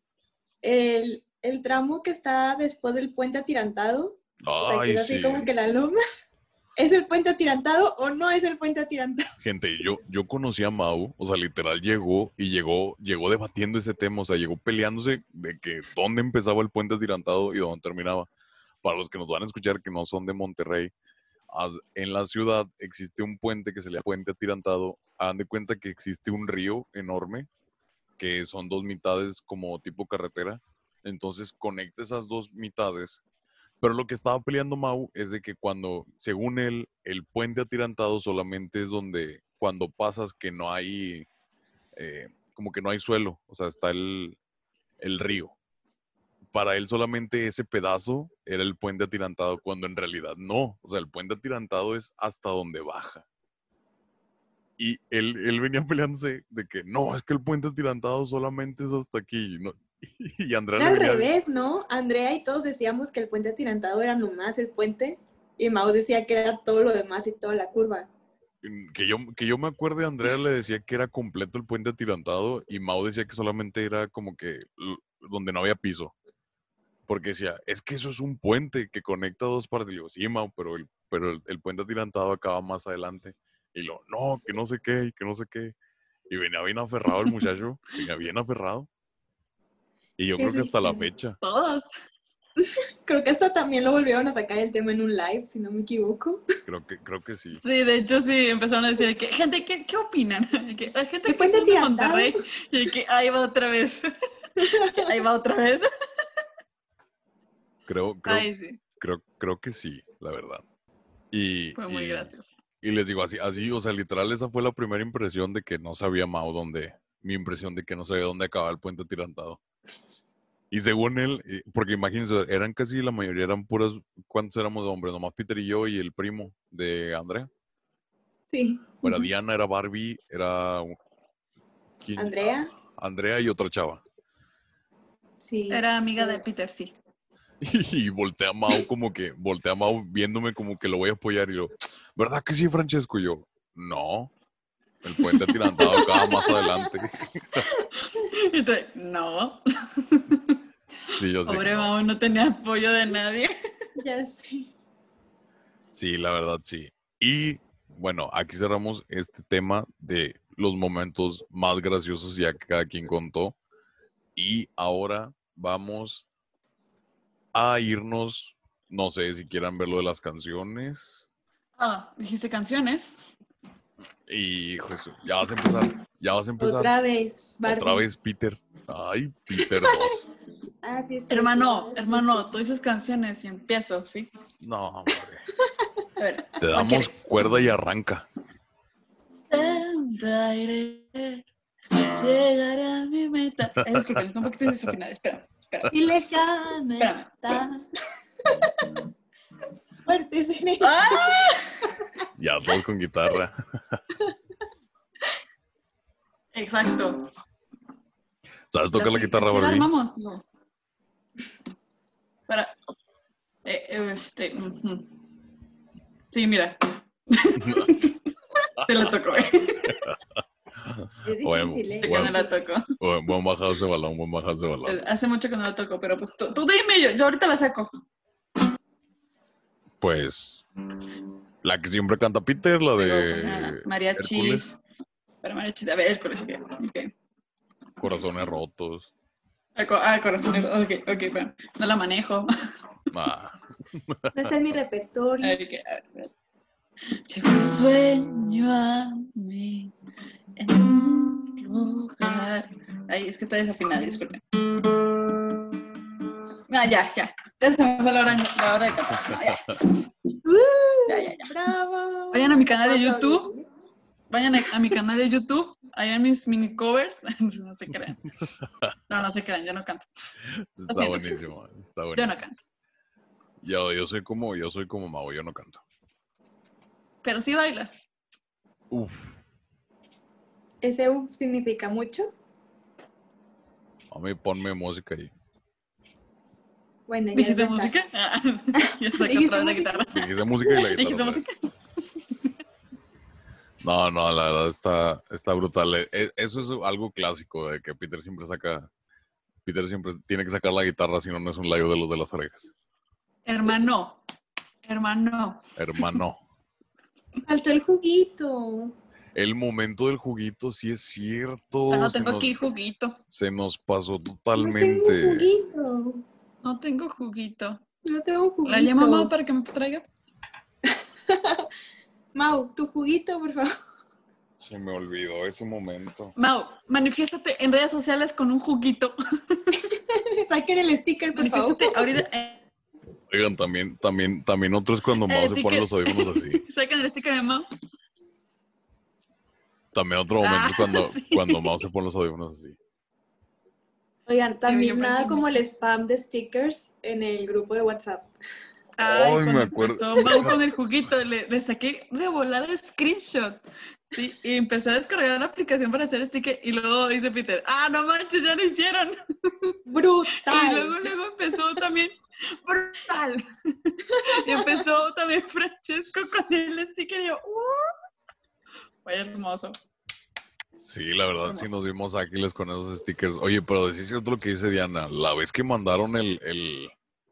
el, el tramo que está después del puente atirantado, o sea, que Ay, es así sí. como que la loma, ¿es el puente atirantado o no es el puente atirantado? Gente, yo, yo conocí a Mau, o sea, literal llegó y llegó, llegó debatiendo ese tema, o sea, llegó peleándose de que dónde empezaba el puente atirantado y dónde terminaba. Para los que nos van a escuchar que no son de Monterrey, haz- en la ciudad existe un puente que se llama Puente Atirantado. Hagan de cuenta que existe un río enorme, que son dos mitades como tipo carretera. Entonces conecta esas dos mitades. Pero lo que estaba peleando Mau es de que cuando, según él, el puente atirantado solamente es donde cuando pasas que no hay, eh, como que no hay suelo, o sea, está el, el río. Para él solamente ese pedazo era el puente atirantado, cuando en realidad no. O sea, el puente atirantado es hasta donde baja. Y él, él venía peleándose de que no, es que el puente atirantado solamente es hasta aquí. ¿No? Y Andrea Era le al venía, revés, ¿no? Andrea y todos decíamos que el puente atirantado era nomás el puente y Mau decía que era todo lo demás y toda la curva. que yo, que yo me acuerde, Andrea le decía que era completo el puente atirantado y Mau decía que solamente era como que l- donde no había piso. Porque decía, es que eso es un puente que conecta dos partes. Y le digo, sí, Mau, pero el, pero el, el puente atirantado acaba más adelante. Y lo, no, que no sé qué, y que no sé qué. Y venía bien aferrado el muchacho, venía bien aferrado. Y yo Qué creo que hasta la risa. fecha, Todos. Creo que hasta también lo volvieron a sacar el tema en un live, si no me equivoco. creo que, creo que sí. Sí, de hecho sí, empezaron a decir que, gente, ¿qué, qué opinan? Que, hay gente ¿El que puente son de atirantado? Monterrey y que ahí va otra vez. Que ahí va otra vez. Creo, creo, Ay, sí, creo, creo que sí, la verdad. Y, fue muy y, gracioso. y les digo así, así, o sea, literal, esa fue la primera impresión de que no sabía Mau dónde, mi impresión de que no sabía dónde acababa el puente atirantado. Y según él, eh, porque imagínense, eran casi la mayoría, eran puras, ¿cuántos éramos de hombres? Nomás Peter y yo y el primo de Andrea. Sí. Era Diana, era Barbie, era ¿quién? Andrea, Andrea y otra chava. sí. Era amiga de Peter, sí. Y voltea a Mau como que, voltea a Mau viéndome como que lo voy a apoyar y yo, ¿verdad que sí, Francesco? Y yo, no, el puente atirantado acaba más adelante. Y tú, no. Sí, yo sé que Pobre no. Mau, no tenía apoyo de nadie. Ya sé. Sí, la verdad sí. Y bueno, aquí cerramos este tema de los momentos más graciosos ya que cada quien contó. Y ahora vamos a irnos, no sé si quieran ver lo de las canciones. Ah, dijiste canciones. Y Jesús, ya vas a empezar, ya vas a empezar. Otra vez, Barbie. Otra vez Peter. Ay, Peter dos. Ah, sí, es cierto, Hermano, es hermano, Peter. tú dices canciones y empiezo, ¿sí? No, hombre. A ver, Te ¿cuál damos quieres? cuerda y arranca. Tentaré, llegaré a mi meta. Ay, disculpen, está un poquito desafinada. Espera, espera. Y lejano Espérame. está. Fuerte seré. ¡Ah! Ya todos con guitarra. Exacto. ¿Sabes tocar la Aquí, guitarra, aquí la Barbie? armamos. No. Para. Eh, eh, este. ujú. Sí, mira. Te la tocó, eh. Es Buen, difícil, ¿eh? Que buen, no la tocó. buen, buen bajado ese balón, buen bajado ese balón. Eh, Hace mucho que no la toco, pero pues tú, tú dime, yo, yo ahorita la saco. Pues la que siempre canta Peter, la Luego una de mariachis. Hércules. Para mariachis, a ver, el corazón. Ok. Corazones rotos. Ah, co- ah, corazón. Ok, ok, bueno. No la manejo. Ah, No está en mi repertorio. A ver, que- a ver. Llegó un sueño a mí en un lugar. Ay, es que está desafinada, disculpen. Ah, ya, ya. Ya se me fue la hora, la hora de cantar. Ah, ya. ¡Uh! Ya, ya, ya. ¡Bravo! Vayan a mi canal de Puedo YouTube. aplaudir. Vayan a, a mi canal de YouTube. Ahí en mis mini covers. No se crean. No, no se crean, yo no canto. está siento. buenísimo. Está Yo buenísimo. no canto. Yo, yo soy como, yo soy como Mau, yo no canto. Pero sí bailas. Uf, ¿Ese U significa mucho? a mí ponme música ahí. Bueno, ya es ¿Dijiste ventaja. música? Ah, ya saqué ¿Dijiste otra vez la música? guitarra. Dijiste música y la guitarra. ¿Dijiste otra vez. música? No, no, la verdad está, está brutal. E- e- Eso es algo clásico de que Peter siempre saca. Peter siempre tiene que sacar la guitarra, si no, no es un live de los de las orejas. Hermano. Hermano. Hermano. Faltó el juguito. El momento del juguito, sí es cierto. Ah, no se, tengo nos, aquí juguito. se nos pasó No tengo totalmente. juguito. No tengo juguito. No tengo juguito. ¿La llamo a Mau para que me traiga? Mau, tu juguito, por favor. Se me olvidó ese momento. Mau, manifiéstate en redes sociales con un juguito. Saquen el sticker, por favor. Manifiéstate ahorita. Eh, Oigan, también, también, también otro es cuando Mau Eh, se di pone que- los audífonos así. Sacan el sticker de Mau. También otro momento Ah, es cuando, sí. cuando Mau se pone los audífonos así. Oigan, también yo nada parecía como el Mickey. spam de stickers en el grupo de WhatsApp. Ay, Ay, cuando me acuerdo. empezó Mau con el juguito, le, le saqué de volada screenshot. Sí, y empecé a descargar la aplicación para hacer sticker. Y luego dice Peter, ah, no manches, ya lo hicieron. ¡Brutal! Y luego, luego empezó también, brutal. Y empezó también Francesco con el sticker y yo, ¡uh! Fue hermoso. Sí, la verdad sí Hermoso. nos vimos ágiles con esos stickers. Oye, pero sí es cierto lo que dice Diana. La vez que mandaron el, el,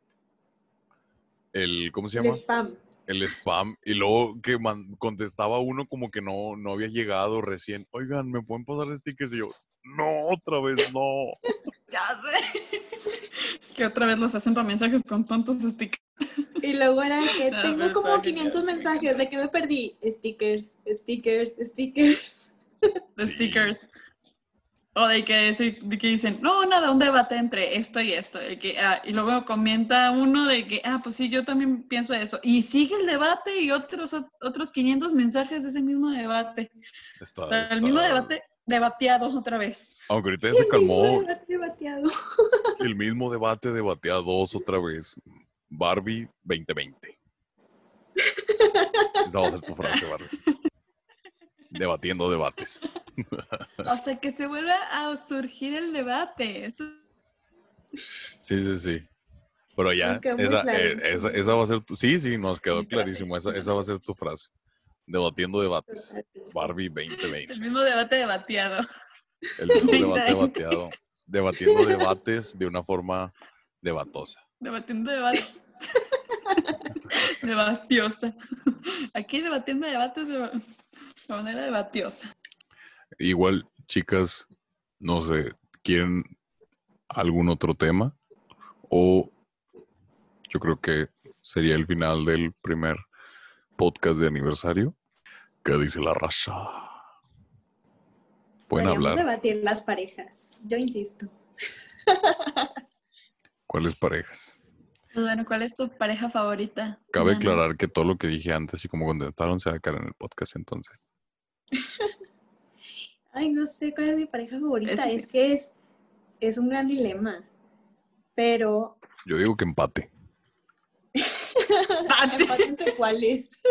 el ¿cómo se El llama? spam. El spam. Y luego que man- contestaba uno como que no, no había llegado recién. Oigan, ¿me pueden pasar stickers? Y yo, no, otra vez no. Ya sé. Que otra vez los hacen para mensajes con tontos stickers. Y luego era de que No, tengo pero como estaba quinientos genial. mensajes, de que me perdí. Stickers, stickers, stickers. De Sí. stickers. O de que, sí, de que dicen, no, nada, un debate entre esto y esto. De que, ah, y luego comenta uno de que, ah, pues sí, yo también pienso eso. Y sigue el debate y otros, otros quinientos mensajes de ese mismo debate. Está, O sea, está- el mismo debate debateado otra vez. Aunque ahorita ya Y se el mismo calmó debate bateado. el mismo debate debateados otra vez. Barbie veinte veinte. Esa va a ser tu frase, Barbie. Debatiendo debates. O sea, que se vuelva a surgir el debate. Eso Sí, sí, sí. Pero ya, Nos quedó muy esa, claro. eh, esa, esa va a ser tu... Sí, sí, nos quedó Mi frase. clarísimo. Esa, esa va a ser tu frase. Debatiendo debates. Barbie veinte veinte. el mismo debate debateado. El mismo veinte debate veinte. debateado. Debatiendo debates de una forma debatosa. Debatiendo debates. Debatiosa. Aquí debatiendo debates de, de manera debatiosa. Igual, chicas, no sé, ¿quieren algún otro tema? O yo creo que sería el final del primer podcast de aniversario. ¿Qué dice la raza? Pueden Podríamos hablar. debatir las parejas. Yo insisto. ¿Cuáles parejas? Pues bueno, ¿cuál es tu pareja favorita? Cabe Diana? aclarar que todo lo que dije antes y como contestaron se va a quedar en el podcast entonces. Ay, no sé cuál es mi pareja favorita. Ese sí. Es que es, es un gran dilema. Pero. Yo digo que empate. Empate. ¿Empate entre cuáles?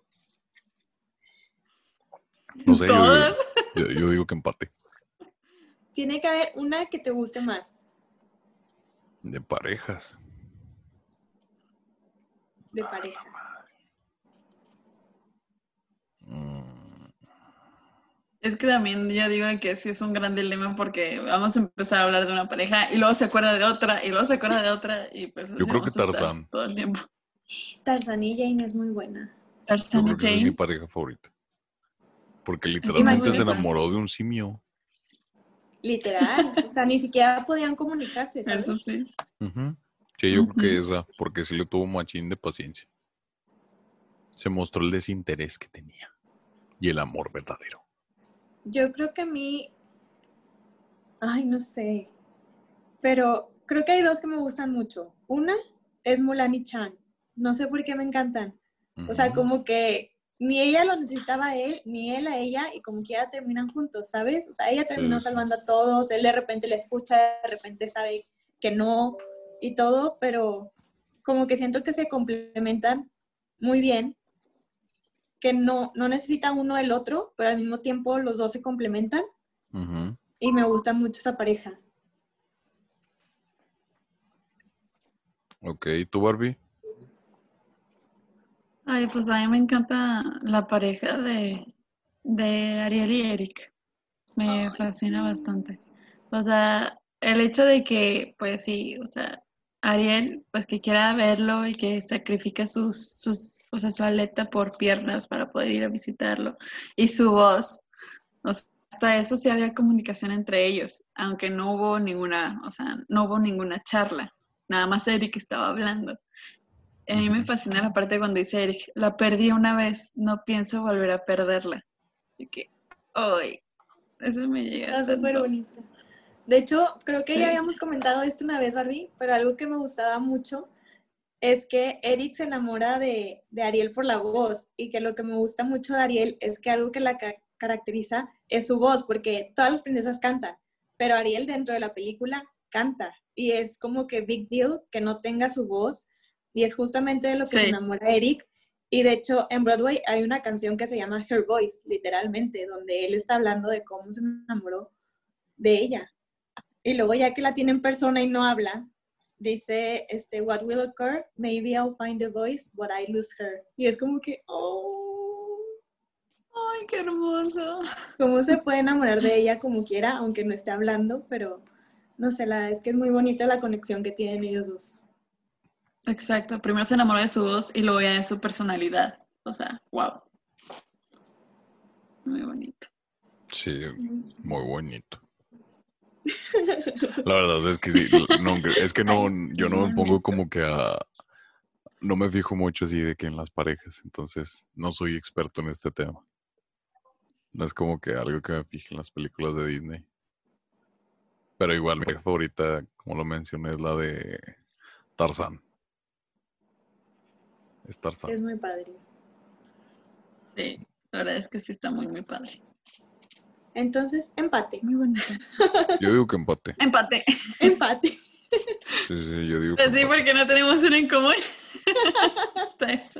No sé, yo Todas. digo, yo, yo digo que empate. Tiene que haber una que te guste más. De parejas. De parejas. Mm, Es que también yo digo que sí es un gran dilema porque vamos a empezar a hablar de una pareja y luego se acuerda de otra y luego se acuerda de otra y pues así Yo creo que vamos a estar Tarzán. todo el tiempo. Tarzan y Jane es muy buena. Yo Tarzán y creo que esa es mi Jane. pareja favorita. Porque Es literalmente se Imagínate. enamoró de un simio. Literal. O sea, ni siquiera podían comunicarse, ¿sabes? Eso sí. Ujú. Sí, yo creo que Ujú. esa, porque sí le tuvo machín de paciencia. Se mostró el desinterés que tenía y el amor verdadero. Yo creo que a mí, ay, no sé, pero creo que hay dos que me gustan mucho. Una es Mulan y Chan. No sé por qué me encantan. O sea, Ujú. como que ni ella lo necesitaba a él, ni él a ella, y como quiera terminan juntos, ¿sabes? O sea, ella terminó Sí, sí. salvando a todos, él de repente le escucha, de repente sabe que no, y todo, pero como que siento que se complementan muy bien, que no, no necesita uno el otro, pero al mismo tiempo los dos se complementan, Ujú. y me gusta mucho esa pareja. Ok, ¿tú, Barbie? Ay, pues a mí me encanta la pareja de, de Ariel y Eric. Me fascina bastante. O sea, el hecho de que, pues sí, o sea, Ariel, pues que quiera verlo y que sacrifica sus, sus, o sea, su aleta por piernas para poder ir a visitarlo. Y su voz, o sea, hasta eso sí había comunicación entre ellos, aunque no hubo ninguna, o sea, no hubo ninguna charla. Nada más Eric estaba hablando. A mí me Ujú. fascina la parte cuando dice Eric, la perdí una vez, no pienso volver a perderla. Y que, ay, eso me llega Está súper tanto. bonita. De hecho, creo que ya Sí. habíamos comentado esto una vez, Barbie, pero algo que me gustaba mucho es que Eric se enamora de, de Ariel por la voz y que lo que me gusta mucho de Ariel es que algo que la ca- caracteriza es su voz, porque todas las princesas cantan, pero Ariel dentro de la película canta y es como que big deal que no tenga su voz y es justamente de lo que se Sí. enamora Eric. Y de hecho en Broadway hay una canción que se llama Her Voice, literalmente, donde él está hablando de cómo se enamoró de ella. Y luego ya que la tiene en persona y no habla, dice, este, what will occur? Maybe I'll find a voice, but I lose her. Y es como que, oh, Ay, qué hermoso. cómo se puede enamorar de ella como quiera, aunque no esté hablando, pero no sé, la verdad es que es muy bonita la conexión que tienen ellos dos. Exacto. Primero se enamoró de su voz y luego ya de su personalidad. O sea, wow. Muy bonito. Sí, muy bonito. La verdad es que sí, l- no, es que no, Ay, yo no me pongo bonito. como que a, no me fijo mucho así de que en las parejas, entonces no soy experto en este tema. No es como que algo que me fije en las películas de Disney. Pero igual mi favorita, como lo mencioné, es la de Tarzán. Es Tarzán. Es muy padre. Sí, la verdad es que sí está muy, muy padre. Entonces, empate. Muy bonito. Yo digo que empate. Empate. Empate. Sí, sí, yo digo que Pues sí, empate. porque no tenemos uno en común. Está eso.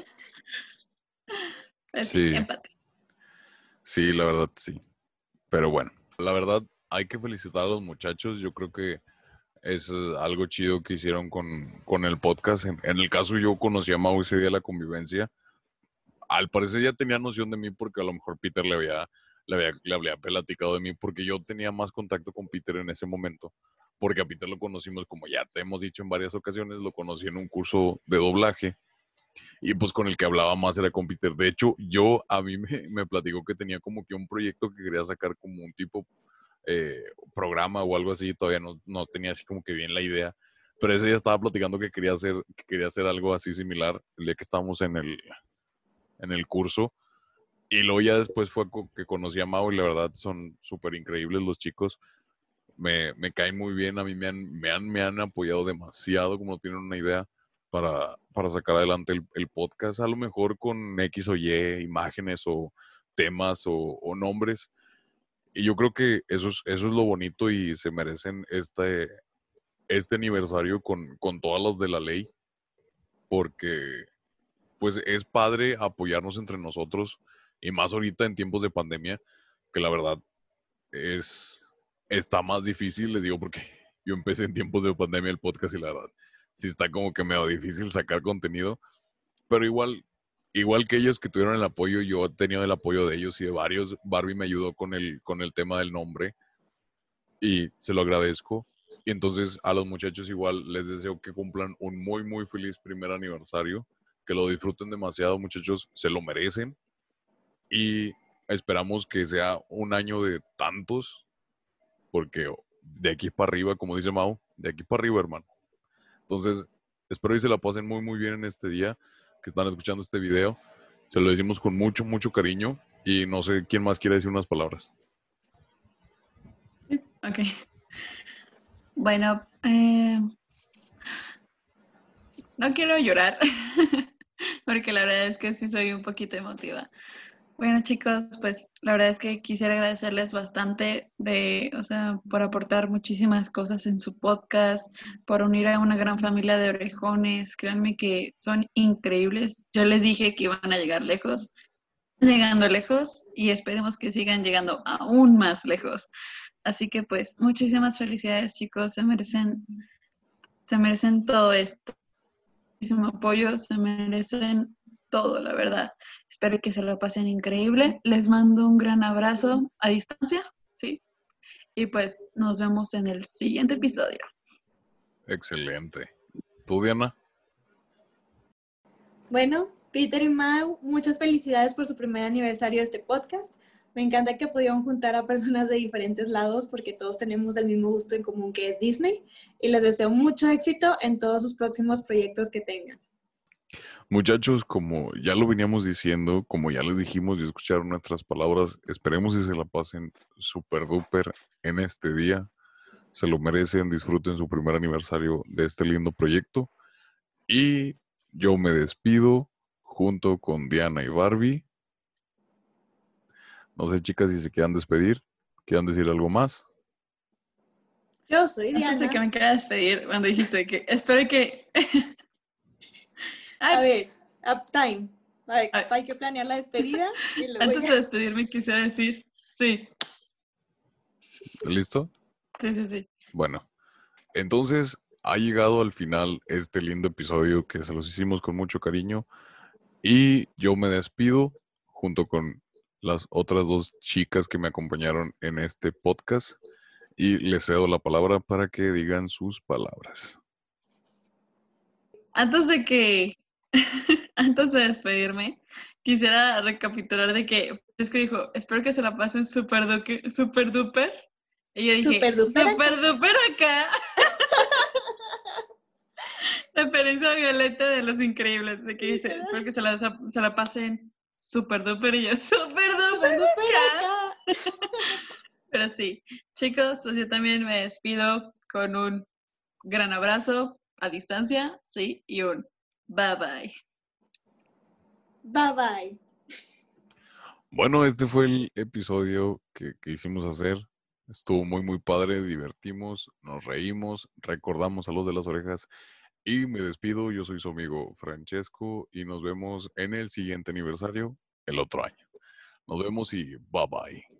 Pues sí, Sí, empate. sí, la verdad sí. Pero bueno, la verdad hay que felicitar a los muchachos. Yo creo que es eh, algo chido que hicieron con, con el podcast. En, en el caso yo conocí a Mau ese día de la convivencia. Al parecer ya tenía noción de mí porque a lo mejor Peter le había, le había, le había platicado de mí porque yo tenía más contacto con Peter en ese momento. Porque a Peter lo conocimos, como ya te hemos dicho en varias ocasiones, lo conocí en un curso de doblaje y pues con el que hablaba más era con Peter. De hecho, yo a mí me, me platicó que tenía como que un proyecto que quería sacar como un tipo eh, programa o algo así, todavía no, no tenía así como que bien la idea, pero ese día estaba platicando que quería hacer, que quería hacer algo así similar el día que estábamos en el, en el curso, y luego ya después fue co- que conocí a Mau y la verdad son súper increíbles los chicos, me, me caen muy bien, a mí me han, me han, me han apoyado demasiado, como no tienen una idea, para, para sacar adelante el, el podcast, a lo mejor con X o Y, imágenes o temas o, o nombres. Y yo creo que eso es, eso es lo bonito y se merecen este, este aniversario con, con todas las de la ley, porque pues es padre apoyarnos entre nosotros y más ahorita en tiempos de pandemia, que la verdad es, está más difícil, les digo, porque yo empecé en tiempos de pandemia el podcast y la verdad sí está como que medio difícil sacar contenido, pero igual, igual que ellos que tuvieron el apoyo, yo he tenido el apoyo de ellos y de varios. Barbie me ayudó con el, con el tema del nombre y se lo agradezco. Y entonces a los muchachos igual les deseo que cumplan un muy, muy feliz primer aniversario, que lo disfruten demasiado, muchachos, se lo merecen. Y esperamos que sea un año de tantos, porque de aquí para arriba, como dice Mau, de aquí para arriba, hermano. Entonces, espero que se la pasen muy, muy bien en este día, que están escuchando este video. Se lo decimos con mucho, mucho cariño y no sé quién más quiere decir unas palabras. Ok. Bueno, eh, no quiero llorar, porque la verdad es que sí soy un poquito emotiva. Bueno, chicos, pues la verdad es que quisiera agradecerles bastante de, o sea, por aportar muchísimas cosas en su podcast, por unir a una gran familia de orejones. Créanme que son increíbles. Yo les dije que iban a llegar lejos, llegando lejos y esperemos que sigan llegando aún más lejos. Así que pues muchísimas felicidades, chicos. Se merecen, se merecen todo esto. Muchísimo apoyo, se merecen todo, la verdad. Espero que se lo pasen increíble. Les mando un gran abrazo a distancia, ¿sí? Y pues nos vemos en el siguiente episodio. Excelente. ¿Tú, Diana? Bueno, Peter y Mau, muchas felicidades por su primer aniversario de este podcast. Me encanta que pudieron juntar a personas de diferentes lados porque todos tenemos el mismo gusto en común que es Disney y les deseo mucho éxito en todos sus próximos proyectos que tengan. Muchachos, como ya lo veníamos diciendo, como ya les dijimos y escucharon nuestras palabras, esperemos que se la pasen súper duper en este día. Se lo merecen, disfruten su primer aniversario de este lindo proyecto. Y yo me despido junto con Diana y Barbie. No sé, chicas, si se quieran despedir, quieran decir algo más. Yo soy Antes de que Diana. me quiera despedir, cuando dijiste que espero que... A Ay, ver, uptime. Hay, ay, hay que planear la despedida y luego antes de ya. despedirme quisiera decir, sí, ¿Listo? sí, sí, sí. Bueno, entonces ha llegado al final este lindo episodio que se los hicimos con mucho cariño. Y yo me despido junto con las otras dos chicas que me acompañaron en este podcast y les cedo la palabra para que digan sus palabras. Antes de que, antes de despedirme, quisiera recapitular de que es que dijo, espero que se la pasen súper duque- súper duper. Y yo dije, Super duper súper acá. duper acá. Referencia a Violeta de Los Increíbles, de que dice, espero que se la, se la pasen súper duper y yo, súper duper Super duper acá. acá. Pero sí, chicos, pues yo también me despido con un gran abrazo a distancia, sí, y un bye bye. Bye bye. Bueno, este fue el episodio que, que hicimos hacer. Estuvo muy, muy padre, divertimos, nos reímos, recordamos a los de las orejas y me despido. Yo soy su amigo Francesco y nos vemos en el siguiente aniversario el otro año. Nos vemos y bye bye.